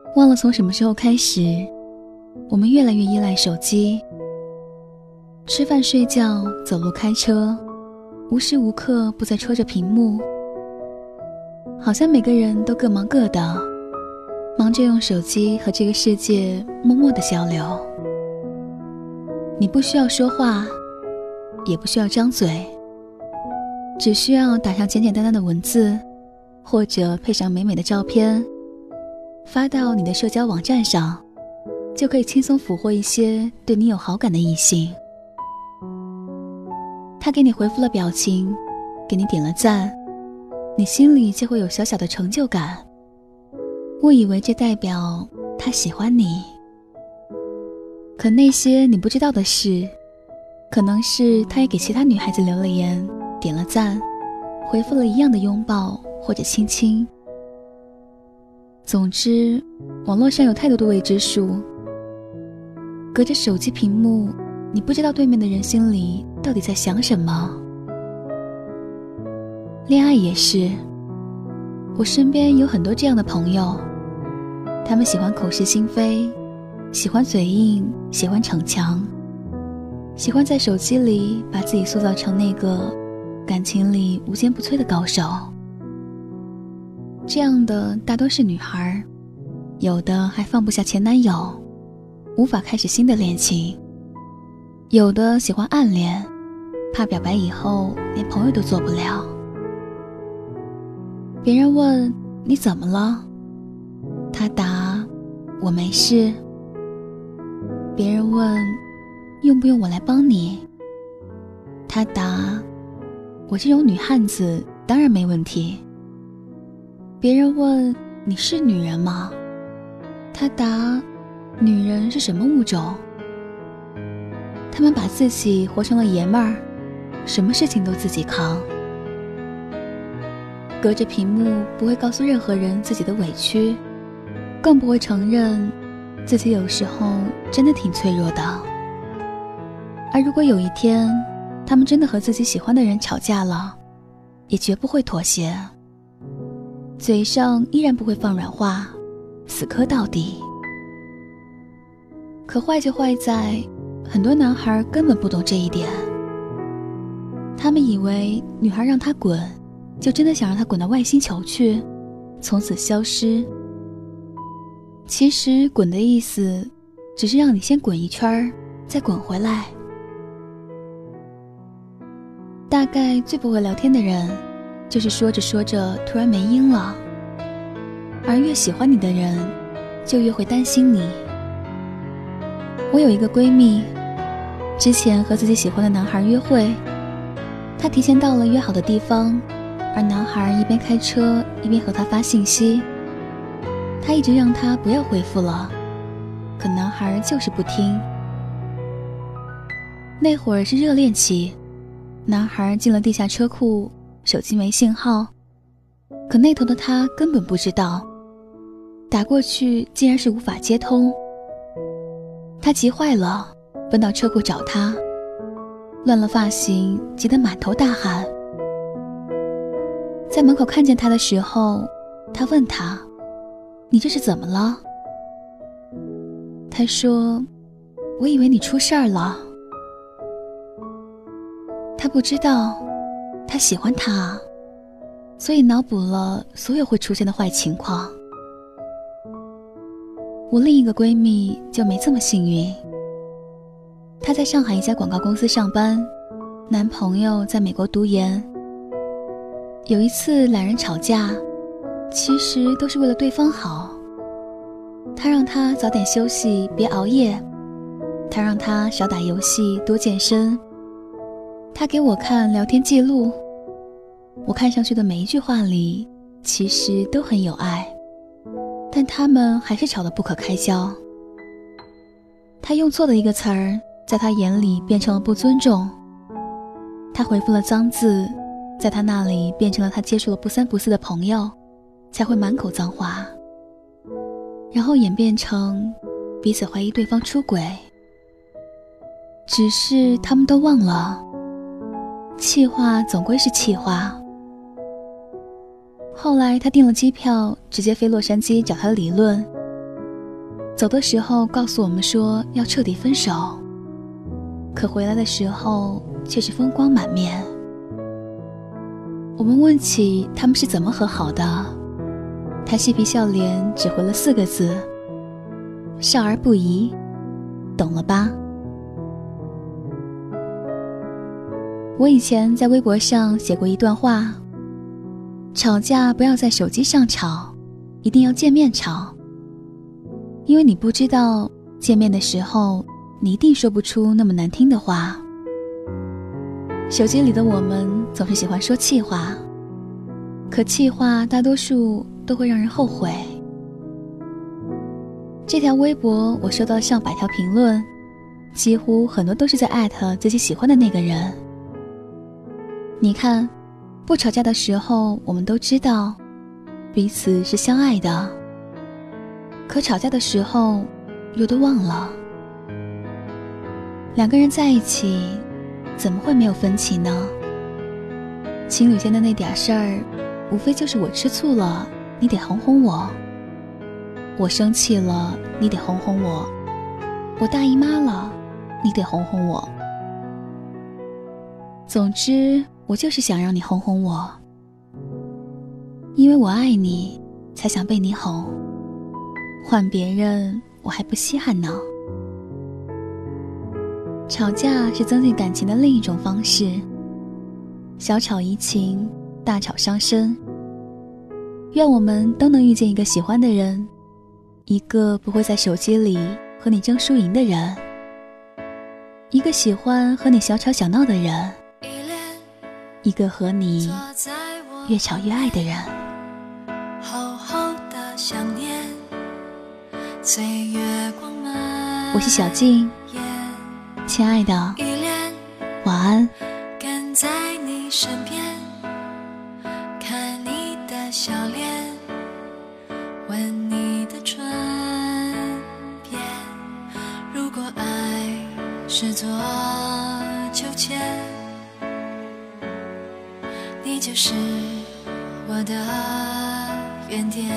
忘了从什么时候开始，我们越来越依赖手机。吃饭睡觉走路开车，无时无刻不在戳着屏幕，好像每个人都各忙各的，忙着用手机和这个世界默默的交流。你不需要说话，也不需要张嘴，只需要打上简简单单的文字，或者配上美美的照片，发到你的社交网站上，就可以轻松俘获一些对你有好感的异性。他给你回复了表情，给你点了赞，你心里就会有小小的成就感，误以为这代表他喜欢你。可那些你不知道的事，可能是他也给其他女孩子留了言，点了赞，回复了一样的拥抱或者亲亲。总之，网络上有太多的未知数，隔着手机屏幕，你不知道对面的人心里到底在想什么。恋爱也是，我身边有很多这样的朋友，他们喜欢口是心非，喜欢嘴硬，喜欢逞强，喜欢在手机里把自己塑造成那个感情里无坚不摧的高手。这样的大多是女孩，有的还放不下前男友，无法开始新的恋情，有的喜欢暗恋，怕表白以后连朋友都做不了。别人问你怎么了，他答我没事。别人问用不用我来帮你，他答我这种女汉子当然没问题。别人问你是女人吗，他答女人是什么物种。他们把自己活成了爷们儿，什么事情都自己扛，隔着屏幕不会告诉任何人自己的委屈，更不会承认自己有时候真的挺脆弱的。而如果有一天他们真的和自己喜欢的人吵架了，也绝不会妥协，嘴上依然不会放软话，死磕到底。可坏就坏在很多男孩根本不懂这一点，他们以为女孩让他滚，就真的想让他滚到外星球去，从此消失。其实滚的意思只是让你先滚一圈，再滚回来。大概最不会聊天的人，就是说着说着突然没音了，而越喜欢你的人就越会担心你。我有一个闺蜜，之前和自己喜欢的男孩约会，她提前到了约好的地方，而男孩一边开车一边和她发信息，她一直让他不要回复了，可男孩就是不听。那会儿是热恋期，男孩进了地下车库，手机没信号，可那头的他根本不知道，打过去竟然是无法接通。他急坏了，奔到车库找他，乱了发型，急得满头大汗。在门口看见他的时候，他问他，你这是怎么了？他说，我以为你出事儿了。他不知道，他喜欢他，所以脑补了所有会出现的坏情况。我另一个闺蜜就没这么幸运，她在上海一家广告公司上班，男朋友在美国读研。有一次两人吵架，其实都是为了对方好。他让他早点休息，别熬夜，他让他少打游戏，多健身。他给我看聊天记录，我看上去的每一句话里其实都很有爱，但他们还是吵得不可开交。他用错的一个词儿，在他眼里变成了不尊重，他回复了脏字，在他那里变成了他接触了不三不四的朋友才会满口脏话，然后演变成彼此怀疑对方出轨。只是他们都忘了，气话总归是气话。后来他订了机票，直接飞洛杉矶找他理论， 走的时候告诉我们说要彻底分手，可回来的时候却是风光满面。我们问起他们是怎么和好的，他嬉皮笑脸只回了4个字：少儿不宜，懂了吧？我以前在微博上写过一段话，吵架不要在手机上吵，一定要见面吵。因为你不知道见面的时候你一定说不出那么难听的话。手机里的我们总是喜欢说气话，可气话大多数都会让人后悔。这条微博我收到了上百条评论，几乎很多都是在艾特自己喜欢的那个人。你看，不吵架的时候我们都知道彼此是相爱的，可吵架的时候又都忘了。2个人在一起怎么会没有分歧呢？情侣间的那点事儿，无非就是我吃醋了你得哄哄我，我生气了你得哄哄我，我大姨妈了你得哄哄我。总之我就是想让你哄哄我，因为我爱你才想被你哄，换别人我还不稀罕呢。吵架是增进感情的另一种方式，小吵怡情，大吵伤身。愿我们都能遇见一个喜欢的人，一个不会在手机里和你争输赢的人，一个喜欢和你小吵小闹的人，一个和你越吵越爱的人。 厚厚的想念，岁月光满， 我是小静，亲爱的，晚安。 跟在你身边，看你的笑脸，吻你的唇边。如果爱是座秋千，你就是我的原点。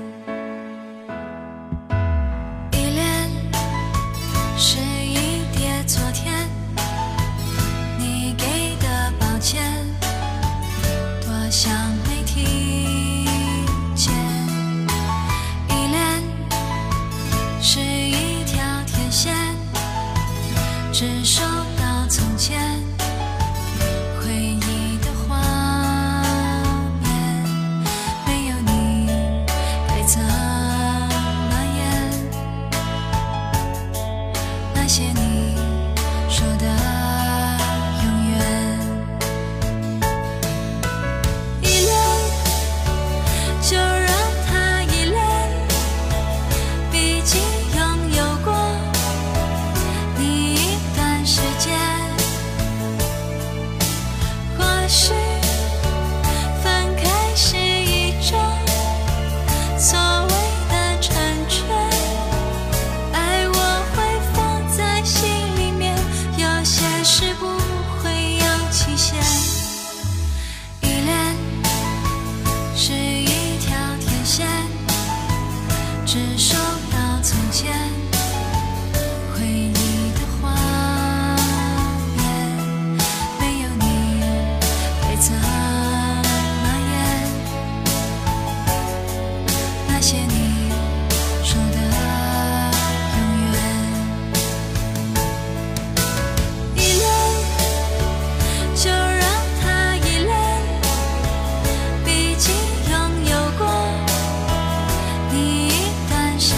依恋是一叠昨天，你给的抱歉，多想没听见。依恋是一条天线，只收到从前回忆的画面，没有你该怎么演？那些你说的永远，依恋就让它依恋，毕竟拥有过你一段时间。或许分开是一种所谓的成全，爱我会放在心里面，有些事不会有期限。依恋是一条天线，只收到从前回忆的画面，没有你该怎么演？那些你说的永远，依恋就让它依恋，毕竟拥有过你一段时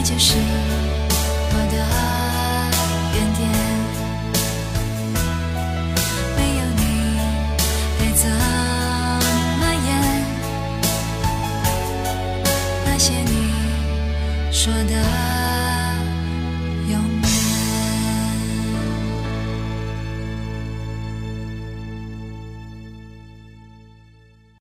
就是